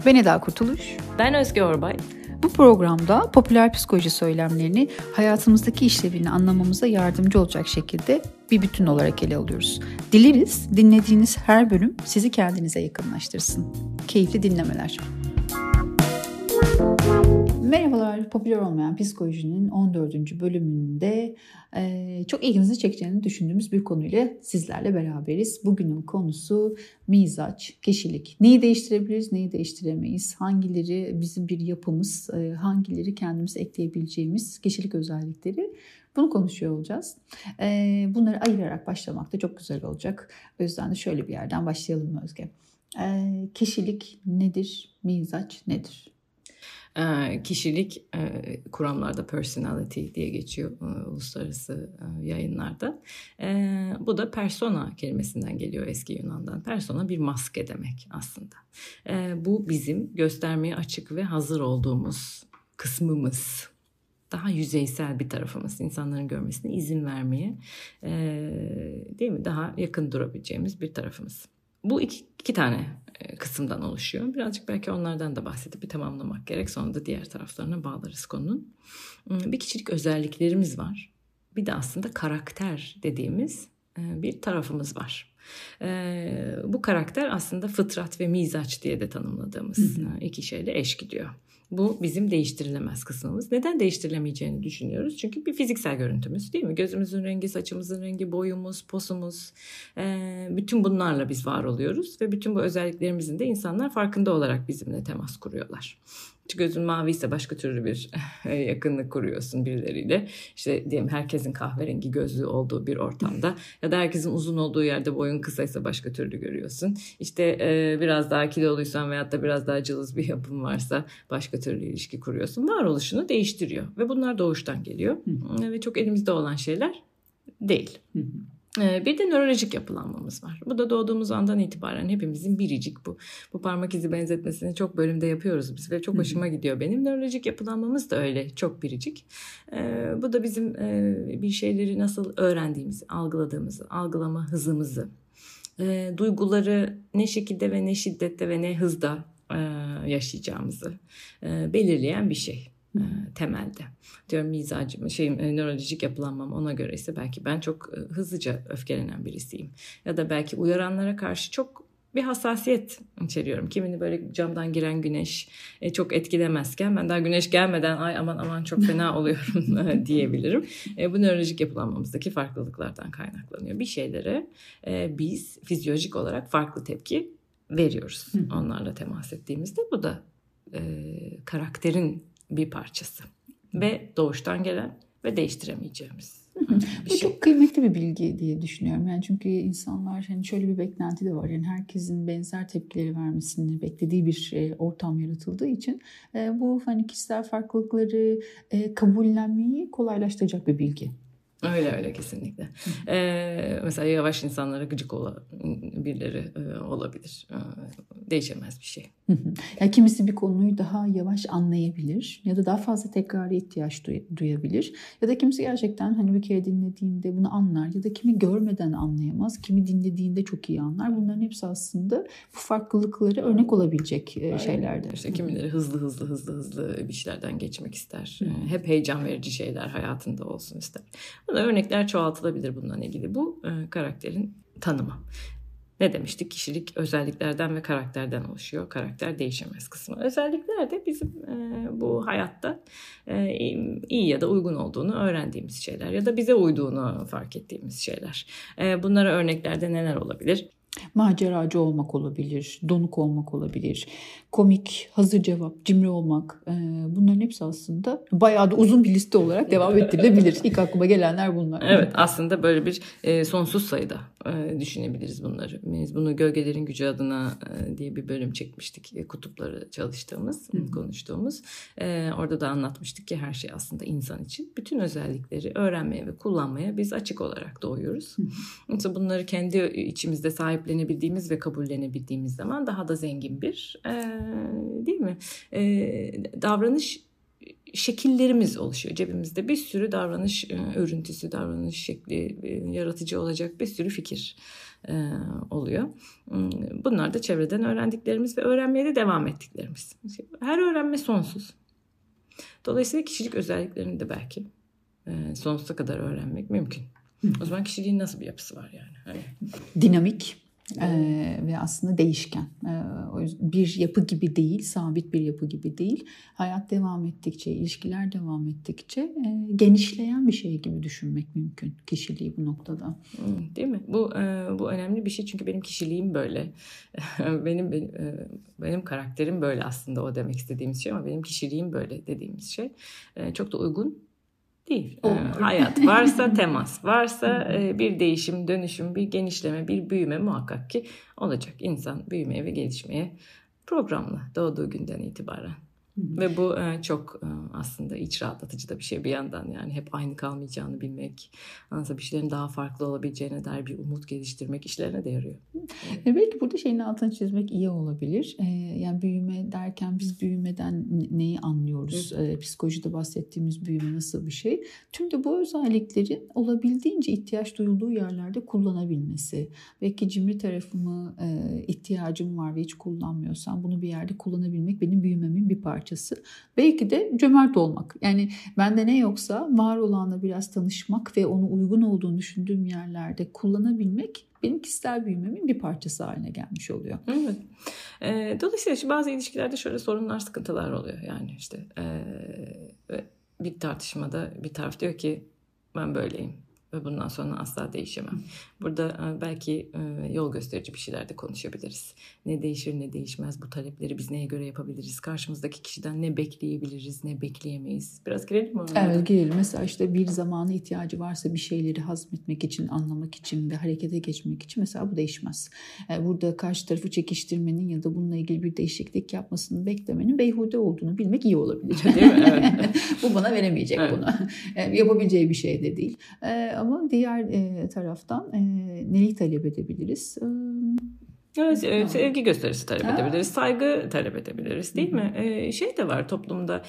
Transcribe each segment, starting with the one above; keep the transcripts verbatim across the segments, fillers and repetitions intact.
Ben Eda Kurtuluş. Ben Özge Orbay. Bu programda popüler psikoloji söylemlerini hayatımızdaki işlevini anlamamıza yardımcı olacak şekilde bir bütün olarak ele alıyoruz. Dileriz dinlediğiniz her bölüm sizi kendinize yakınlaştırsın. Keyifli dinlemeler. Merhabalar, popüler olmayan psikolojinin on dördüncü bölümünde e, çok ilginizi çekeceğini düşündüğümüz bir konuyla sizlerle beraberiz. Bugünün konusu mizaç, kişilik. Neyi değiştirebiliriz, neyi değiştiremeyiz? Hangileri bizim bir yapımız, e, hangileri kendimize ekleyebileceğimiz kişilik özellikleri? Bunu konuşuyor olacağız. E, bunları ayırarak başlamak da çok güzel olacak. O yüzden de şöyle bir yerden başlayalım Özge. E, kişilik nedir, mizaç nedir? Kişilik kuramlarda personality diye geçiyor uluslararası yayınlarda. Bu da persona kelimesinden geliyor, eski Yunan'dan. Persona bir maske demek aslında. Bu bizim göstermeye açık ve hazır olduğumuz kısmımız. Daha yüzeysel bir tarafımız, insanların görmesine izin vermeye, değil mi? Daha yakın durabileceğimiz bir tarafımız. Bu iki, iki tane kısımdan oluşuyor. Birazcık belki onlardan da bahsedip bir tamamlamak gerek. Sonra da diğer taraflarına bağlarız konunun. Bir kişilik özelliklerimiz var. Bir de aslında karakter dediğimiz bir tarafımız var. Bu karakter aslında fıtrat ve mizaç diye de tanımladığımız hı hı. iki şeyle eş gidiyor. Bu bizim değiştirilemez kısmımız. Neden değiştirilemeyeceğini düşünüyoruz? Çünkü bir fiziksel görüntümüz, değil mi? Gözümüzün rengi, saçımızın rengi, boyumuz, posumuz, bütün bunlarla biz var oluyoruz. Ve bütün bu özelliklerimizin de insanlar farkında olarak bizimle temas kuruyorlar. Gözün mavi ise başka türlü bir yakınlık kuruyorsun birileriyle. İşte diyelim herkesin kahverengi gözlü olduğu bir ortamda ya da herkesin uzun olduğu yerde boyun kısaysa başka türlü görüyorsun. İşte e, biraz daha kiloluysan veyahut da biraz daha cılız bir yapın varsa başka türlü ilişki kuruyorsun. Varoluşunu değiştiriyor ve bunlar doğuştan geliyor. Hı. Ve çok elimizde olan şeyler değil. Hı. Bir de nörolojik yapılanmamız var. Bu da doğduğumuz andan itibaren hepimizin biricik bu. Bu parmak izi benzetmesini çok bölümde yapıyoruz biz ve çok hoşuma gidiyor benim. Nörolojik yapılanmamız da öyle çok biricik. Bu da bizim bir şeyleri nasıl öğrendiğimizi, algıladığımızı, algılama hızımızı, duyguları ne şekilde ve ne şiddette ve ne hızda yaşayacağımızı belirleyen bir şey. E, temelde. Diyorum mizacım, şeyim, e, nörolojik yapılanmam ona göre ise belki ben çok e, hızlıca öfkelenen birisiyim. Ya da belki uyaranlara karşı çok bir hassasiyet içeriyorum. Kimini böyle camdan giren güneş e, çok etkilemezken ben daha güneş gelmeden ay aman aman çok fena oluyorum diyebilirim. E, bu nörolojik yapılanmamızdaki farklılıklardan kaynaklanıyor. Bir şeylere e, biz fizyolojik olarak farklı tepki veriyoruz. Onlarla temas ettiğimizde bu da e, karakterin bir parçası ve doğuştan gelen ve değiştiremeyeceğimiz bir Bu şey. Çok kıymetli bir bilgi diye düşünüyorum. Yani çünkü insanlar hani şöyle bir beklenti de var. Yani herkesin benzer tepkileri vermesini beklediği bir e, ortam yaratıldığı için e, bu hani kişisel farklılıkları e, kabullenmeyi kolaylaştıracak bir bilgi. Öyle öyle kesinlikle. Ee, mesela yavaş insanlara gıcık olan birileri e, olabilir. Ee, değişemez bir şey. Ya kimisi bir konuyu daha yavaş anlayabilir ya da daha fazla tekrara ihtiyaç duyabilir. Ya da kimisi gerçekten hani bir kere dinlediğinde bunu anlar ya da kimi görmeden anlayamaz, kimi dinlediğinde çok iyi anlar. Bunların hepsi aslında bu farklılıkları örnek olabilecek Aynen. şeylerdir. İşte kimileri hızlı hızlı hızlı hızlı bir şeylerden geçmek ister. Hı. Hep heyecan verici şeyler hayatında olsun ister. Buna örnekler çoğaltılabilir bununla ilgili. Bu e, karakterin tanımı. Ne demiştik? Kişilik özelliklerden ve karakterden oluşuyor. Karakter değişemez kısmı. Özellikler de bizim e, bu hayatta e, iyi ya da uygun olduğunu öğrendiğimiz şeyler ya da bize uyduğunu fark ettiğimiz şeyler. E, bunlara örneklerde neler olabilir? Maceracı olmak olabilir, donuk olmak olabilir, komik, hazır cevap, cimri olmak. Bunların hepsi aslında bayağı da uzun bir liste olarak devam ettirilebilir. İlk aklıma gelenler bunlar. Evet, aslında böyle bir e, sonsuz sayıda e, düşünebiliriz bunları. Biz bunu Gölgelerin Gücü adına e, diye bir bölüm çekmiştik. E, kutupları çalıştığımız, Hı. konuştuğumuz. E, orada da anlatmıştık ki her şey aslında insan için. Bütün özellikleri öğrenmeye ve kullanmaya biz açık olarak doğuyoruz. Hı. Mesela bunları kendi içimizde sahiplenebildiğimiz ve kabullenebildiğimiz zaman daha da zengin bir e, değil mi? E, davranış şekillerimiz oluşuyor. Cebimizde bir sürü davranış örüntüsü, davranış şekli, yaratıcı olacak bir sürü fikir oluyor. Bunlar da çevreden öğrendiklerimiz ve öğrenmeye de devam ettiklerimiz. Her öğrenme sonsuz. Dolayısıyla kişilik özelliklerini de belki sonsuza kadar öğrenmek mümkün. O zaman kişiliğin nasıl bir yapısı var yani? Hani... Dinamik. Ee, ve aslında değişken. Ee, o yüzden bir yapı gibi değil, sabit bir yapı gibi değil. Hayat devam ettikçe, ilişkiler devam ettikçe e, genişleyen bir şey gibi düşünmek mümkün kişiliği bu noktada. Hmm, değil mi? Bu e, bu önemli bir şey çünkü benim kişiliğim böyle. benim benim, e, benim karakterim böyle aslında o demek istediğimiz şey ama benim kişiliğim böyle dediğimiz şey e, çok da uygun değil. Ee, hayat varsa, temas varsa e, bir değişim, dönüşüm, bir genişleme, bir büyüme muhakkak ki olacak. İnsan büyümeye ve gelişmeye programlı doğduğu günden itibaren. Ve bu e, çok e, aslında iç rahatlatıcı da bir şey bir yandan, yani hep aynı kalmayacağını bilmek, aslında bir şeylerin daha farklı olabileceğine dair bir umut geliştirmek işlerine de yarıyor. E belki burada şeyin altını çizmek iyi olabilir. E, yani büyüme derken biz büyümeden neyi anlıyoruz? E, psikolojide bahsettiğimiz büyüme nasıl bir şey? Tüm de bu özelliklerin olabildiğince ihtiyaç duyulduğu yerlerde kullanabilmesi. Belki cimri tarafımı e, ihtiyacım var ve hiç kullanmıyorsam bunu bir yerde kullanabilmek benim büyümemin bir parçası. Belki de cömert olmak. Yani bende ne yoksa var olanla biraz tanışmak ve onu uygun olduğunu düşündüğüm yerlerde kullanabilmek benim kişisel büyümemin bir parçası haline gelmiş oluyor. Evet. E, dolayısıyla işte bazı ilişkilerde şöyle sorunlar, sıkıntılar oluyor. Yani işte e, bir tartışmada bir taraf diyor ki ben böyleyim ve bundan sonra asla değişemem. Burada belki yol gösterici bir şeyler de konuşabiliriz. Ne değişir ne değişmez, bu talepleri biz neye göre yapabiliriz? Karşımızdaki kişiden ne bekleyebiliriz, ne bekleyemeyiz? Biraz girelim mi oraya? Evet, girelim. Mesela işte bir zamana ihtiyacı varsa bir şeyleri hazmetmek için, anlamak için ve harekete geçmek için mesela bu değişmez. Burada karşı tarafı çekiştirmenin ya da bununla ilgili bir değişiklik yapmasını beklemenin beyhude olduğunu bilmek iyi olabilir. Değil mi? Evet. Bu bana veremeyecek evet. bunu. Yapabileceği bir şey de değil. Ama diğer taraftan neyi talep edebiliriz? Evet, evet, sevgi gösterisi talep ha. edebiliriz, saygı talep edebiliriz, değil mi? Ee, şey de var toplumda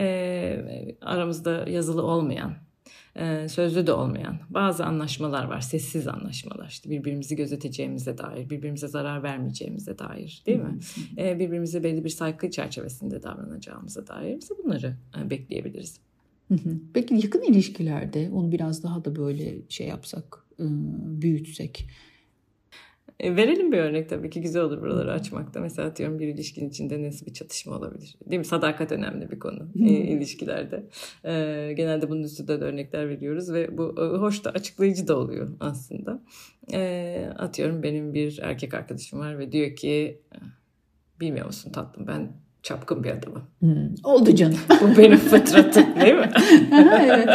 e, aramızda yazılı olmayan, e, sözlü de olmayan bazı anlaşmalar var, sessiz anlaşmalar. İşte birbirimizi gözeteceğimize dair, birbirimize zarar vermeyeceğimize dair, değil mi? E, birbirimize belli bir saygı çerçevesinde davranacağımıza dair bize bunları e, bekleyebiliriz. Peki yakın ilişkilerde onu biraz daha da böyle şey yapsak, büyütsek. E, verelim bir örnek, tabii ki güzel olur buraları açmakta. Mesela atıyorum bir ilişkinin içinde nasıl bir çatışma olabilir? Değil mi? Sadakat önemli bir konu e, ilişkilerde. E, genelde bunun üstünde de örnekler veriyoruz ve bu e, hoş da açıklayıcı da oluyor aslında. E, atıyorum benim bir erkek arkadaşım var ve diyor ki bilmiyor musun tatlım, ben çapkın bir adamım. Hmm, oldu canım. Bu benim fıtratım, değil mi? Evet.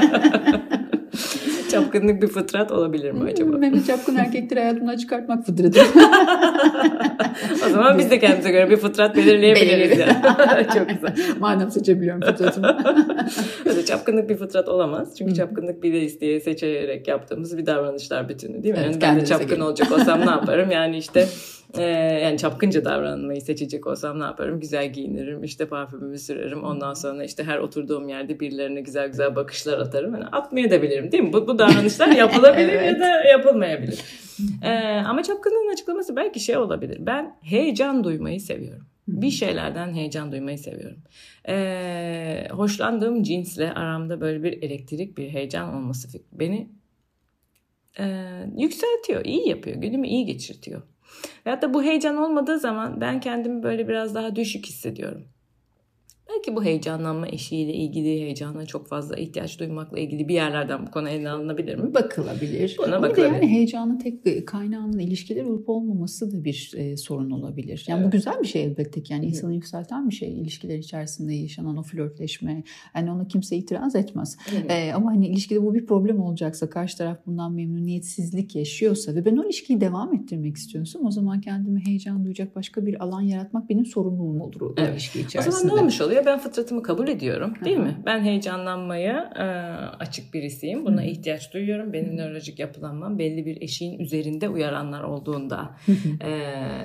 Çapkınlık bir fıtrat olabilir mi acaba? Benim çapkın erkekleri hayatımdan çıkartmak fıtratım. O zaman biz de kendimize göre bir fıtrat belirleyebiliriz. Yani. Çok güzel. Madem seçebiliyorum fıtratımı. Çapkınlık bir fıtrat olamaz. Çünkü çapkınlık bile isteye seçerek yaptığımız bir davranışlar bütünü, değil mi? Evet, yani ben de çapkın gelin. olacak olsam ne yaparım? Yani işte Ee, yani çapkınca davranmayı seçecek olsam ne yaparım? Güzel giyinirim, işte parfümümü sürerim. Ondan sonra işte her oturduğum yerde birilerine güzel güzel bakışlar atarım. Yani atmaya da bilirim, değil mi? Bu, bu davranışlar yapılabilir evet. ya da yapılmayabilir. Ee, ama çapkınlığın açıklaması belki şey olabilir. Ben heyecan duymayı seviyorum. Bir şeylerden heyecan duymayı seviyorum. Ee, hoşlandığım cinsle aramda böyle bir elektrik, bir heyecan olması beni e, yükseltiyor, iyi yapıyor, günümü iyi geçirtiyor. Veyahut da bu heyecan olmadığı zaman ben kendimi böyle biraz daha düşük hissediyorum. Belki bu heyecanlanma eşiğiyle ilgili, heyecana çok fazla ihtiyaç duymakla ilgili bir yerlerden bu konu ele alınabilir mi? Bakılabilir. Buna Ama bakılabilir. da yani heyecanın tek kaynağının ilişkiler olup olmaması da bir e, sorun olabilir. Yani evet. Bu güzel bir şey elbette ki. Yani insanı evet. yükselten bir şey. İlişkiler içerisinde yaşanan o flörtleşme. Yani ona kimse itiraz etmez. Evet. E, ama hani ilişkide bu bir problem olacaksa, karşı taraf bundan memnuniyetsizlik yaşıyorsa ve ben o ilişkiyi devam ettirmek istiyorsam o zaman kendime heyecan duyacak başka bir alan yaratmak benim sorumluluğum olur o evet. ilişki içerisinde. O zaman ne olmuş oluyor? oluyor. Ben fıtratımı kabul ediyorum, değil Hı-hı. mi? Ben heyecanlanmaya e, açık birisiyim. Buna Hı-hı. ihtiyaç duyuyorum. Benim nörolojik yapılanmam belli bir eşiğin üzerinde uyaranlar olduğunda e,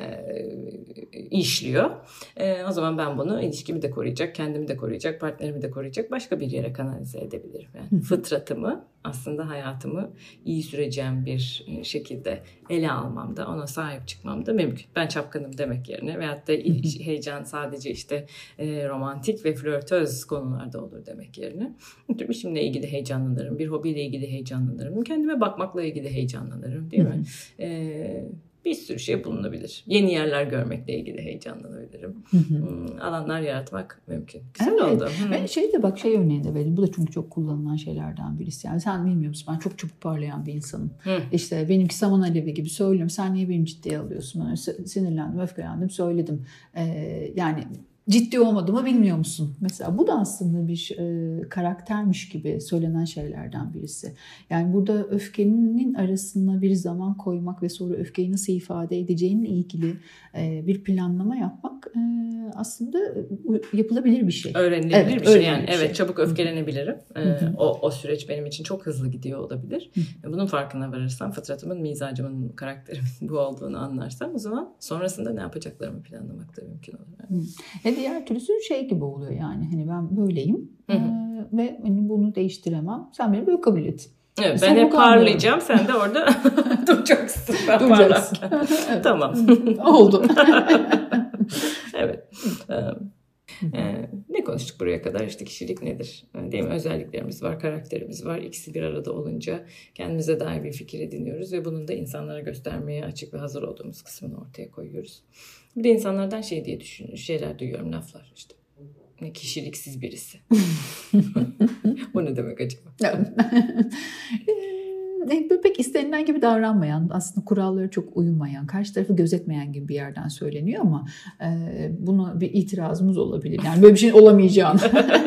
işliyor. E, o zaman ben bunu ilişkimi de koruyacak, kendimi de koruyacak, partnerimi de koruyacak başka bir yere kanalize edebilirim. Yani fıtratımı, aslında hayatımı iyi süreceğim bir şekilde ele almamda, ona sahip çıkmamda mümkün. Ben çapkınım demek yerine veyahut da heyecan sadece işte e, romantik ve flörtöz konularda olur demek yerine bir işimle ilgili heyecanlanırım, bir hobiyle ilgili heyecanlanırım, kendime bakmakla ilgili heyecanlanırım, değil mi? E, bir sürü şey bulunabilir. Yeni yerler görmekle ilgili heyecanlanabilirim. Hı hı. Alanlar yaratmak mümkün. Güzel evet. oldu. Hı. Ben şey de bak şey örneğini de vereyim. Bu da çünkü çok kullanılan şeylerden birisi. Yani sen bilmiyor musun? Ben çok çabuk parlayan bir insanım. Hı. İşte benimki saman alevi gibi söylüyorum. Sen niye beni ciddiye alıyorsun? Ben sinirlendim, öfkelendim, söyledim. Ee, yani ciddi olmadığımı bilmiyor musun? Mesela bu da aslında bir e, karaktermiş gibi söylenen şeylerden birisi. Yani burada öfkenin arasına bir zaman koymak ve sonra öfkeyi nasıl ifade edeceğinle ilgili e, bir planlama yapmak e, aslında yapılabilir bir şey. Öğrenilebilir evet, bir şey. Yani bir evet şey. Çabuk öfkelenebilirim. Ee, o o süreç benim için çok hızlı gidiyor olabilir. Hı-hı. Bunun farkına varırsam, fıtratımın, mizacımın, karakterimin bu olduğunu anlarsam o zaman sonrasında ne yapacaklarımı planlamak da mümkün olur. Yani. Evet. Diğer türlüsü şey gibi oluyor yani hani ben böyleyim e, ve hani bunu değiştiremem. Sen beni böyle kabul et. Evet, ben hep parlayacağım. Sen de orada duracaksın. Ben parlarken. Evet. Tamam. Oldu. Evet. Ee, ne konuştuk buraya kadar? İşte kişilik nedir? Değil mi? Özelliklerimiz var, karakterimiz var. İkisi bir arada olunca kendimize dair bir fikir ediniyoruz ve bunun da insanlara göstermeye açık ve hazır olduğumuz kısmını ortaya koyuyoruz. Bir de insanlardan şey diye düşünüyorum, şeyler duyuyorum, laflar işte. Ne kişiliksiz birisi. O ne demek acaba? Pek istenilen gibi davranmayan, aslında kurallara çok uymayan, karşı tarafı gözetmeyen gibi bir yerden söyleniyor ama e, buna bir itirazımız olabilir. Yani böyle bir şeyin olamayacağını.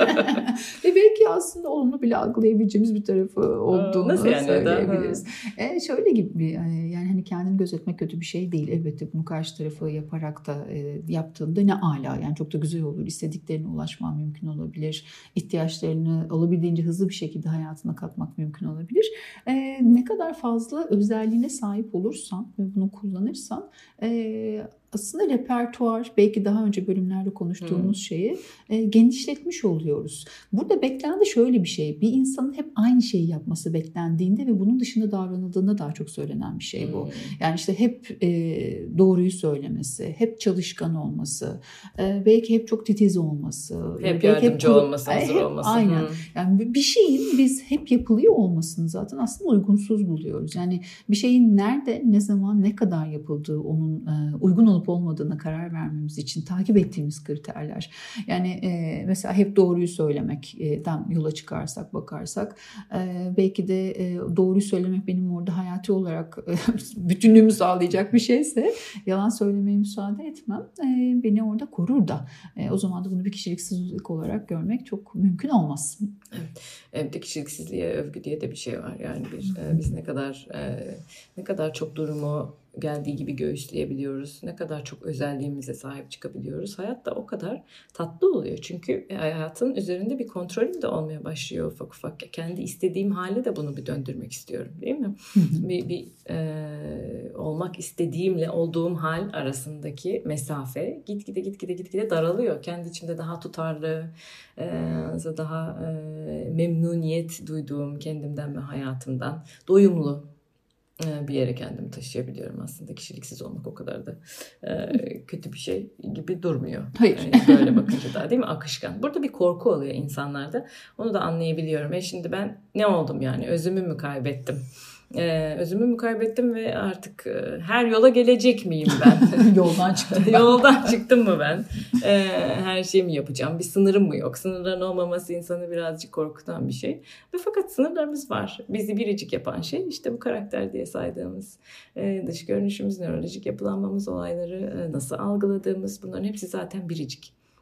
Ve belki aslında olumlu bile algılayabileceğimiz bir tarafı olduğunu Nasıl yani söyleyebiliriz. E, şöyle gibi yani hani kendini gözetmek kötü bir şey değil. Elbette bunu karşı tarafı yaparak da e, yaptığında ne ala. Yani çok da güzel olur. İstediklerine ulaşman mümkün olabilir. İhtiyaçlarını olabildiğince hızlı bir şekilde hayatına katmak mümkün olabilir. E, ne kadar fazla özelliğine sahip olursan ve bunu kullanırsan e, aslında repertuar, belki daha önce bölümlerde konuştuğumuz hmm. şeyi e, genişletmiş oluyoruz. Burada beklenen şöyle bir şey. Bir insanın hep aynı şeyi yapması beklendiğinde ve bunun dışında davranıldığında daha çok söylenen bir şey bu. Hmm. Yani işte hep e, doğruyu söylemesi, hep çalışkan olması, e, belki hep çok titiz olması. Hep belki yardımcı hep, olması, hazır hep, olması. Aynen. Hmm. Yani bir şeyin biz hep yapılıyor olmasını zaten aslında uygunsuz buluyoruz. Yani bir şeyin nerede, ne zaman, ne kadar yapıldığı onun e, uygun olup olmadığına karar vermemiz için takip ettiğimiz kriterler. Yani e, mesela hep doğruyu söylemekten yola çıkarsak, bakarsak e, belki de e, doğruyu söylemek benim orada hayati olarak e, bütünlüğümü sağlayacak bir şeyse yalan söylemeye müsaade etmem. E, beni orada korur da. E, o zaman da bunu bir kişiliksizlik olarak görmek çok mümkün olmaz. Evet. Evet, kişiliksizliğe övgü diye de bir şey var. Yani bir, e, biz ne kadar e, ne kadar çok durumu geldiği gibi göğüsleyebiliyoruz. Ne kadar çok özelliğimize sahip çıkabiliyoruz. Hayat da o kadar tatlı oluyor. Çünkü hayatın üzerinde bir kontrolüm de olmaya başlıyor ufak ufak. Kendi istediğim hale de bunu bir döndürmek istiyorum, değil mi? bir bir e, olmak istediğimle olduğum hal arasındaki mesafe gitgide gitgide gitgide daralıyor. Kendi içimde daha tutarlı, e, daha e, memnuniyet duyduğum kendimden ve hayatımdan doyumlu bir yere kendimi taşıyabiliyorum aslında. Kişiliksiz olmak o kadar da e, kötü bir şey gibi durmuyor. Hayır. Yani böyle bakınca da, değil mi? Akışkan. Burada bir korku oluyor insanlarda. Onu da anlayabiliyorum. E şimdi ben ne oldum yani? Özümü mü kaybettim? Ee, özümü mü kaybettim ve artık e, her yola gelecek miyim ben? Yoldan çıktım ben. Yoldan çıktım mı ben? Ee, her şeyimi yapacağım. Bir sınırım mı yok? Sınırların olmaması insanı birazcık korkutan bir şey. Ve fakat sınırlarımız var. Bizi biricik yapan şey işte bu karakter diye saydığımız e, dış görünüşümüz, nörolojik yapılanmamız, olayları e, nasıl algıladığımız, bunların hepsi zaten biricik.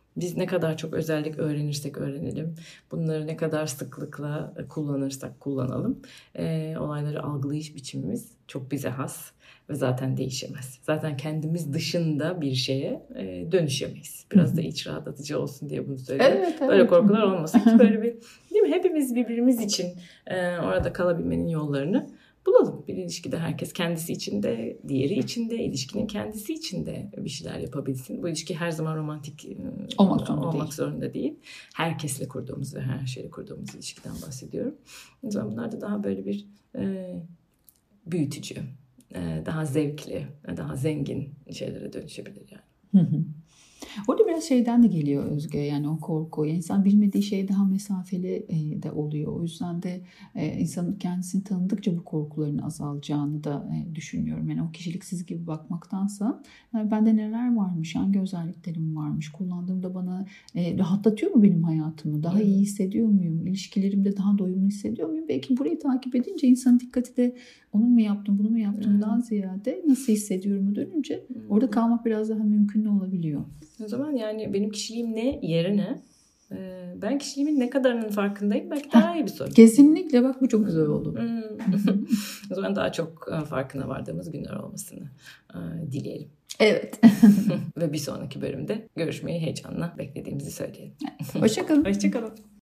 Biz ne kadar çok özellik öğrenirsek öğrenelim, bunları ne kadar sıklıkla kullanırsak kullanalım, e, olayları algılayış biçimimiz çok bize has ve zaten değişemez. Zaten kendimiz dışında bir şeye e, dönüşemeyiz. Biraz da iç rahatlatıcı olsun diye bunu söylüyorum. Evet, evet. Böyle korkular olmasın ki böyle bir, değil mi? Hepimiz birbirimiz için e, orada kalabilmenin yollarını bulalım. Bir ilişkide herkes kendisi içinde, diğeri içinde, ilişkinin kendisi içinde bir şeyler yapabilsin. Bu ilişki her zaman romantik olmak zorunda, olmak değil. zorunda değil. Herkesle kurduğumuz ve her şeyle kurduğumuz ilişkiden bahsediyorum. O zaman bunlar da daha böyle bir e, büyütücü, e, daha zevkli, daha zengin şeylere dönüşebilir yani. Hı hı. Orada biraz şeyden de geliyor Özge, yani o korku. İnsan bilmediği şey daha mesafeli de oluyor. O yüzden de insanın kendisini tanıdıkça bu korkuların azalacağını da düşünüyorum. Yani o kişiliksiz gibi bakmaktansa yani bende neler varmış, hangi özelliklerim varmış, kullandığımda bana rahatlatıyor mu benim hayatımı, daha iyi hissediyor muyum, ilişkilerimde daha doyumlu hissediyor muyum? Belki burayı takip edince insanın dikkati de onun mu yaptım, bunu mu yaptımdan ziyade nasıl hissediyorumu dönünce orada kalmak biraz daha mümkün olabiliyor. O zaman yani benim kişiliğim ne, yeri ne? Ee, ben kişiliğimin ne kadarının farkındayım? Belki daha iyi bir soru. Kesinlikle, bak bu çok güzel oldu. O zaman daha çok farkına vardığımız günler olmasını e, dileyelim. Evet. Ve bir sonraki bölümde görüşmeyi heyecanla beklediğimizi söyleyelim. Hoşça kalın. Hoşça kalın.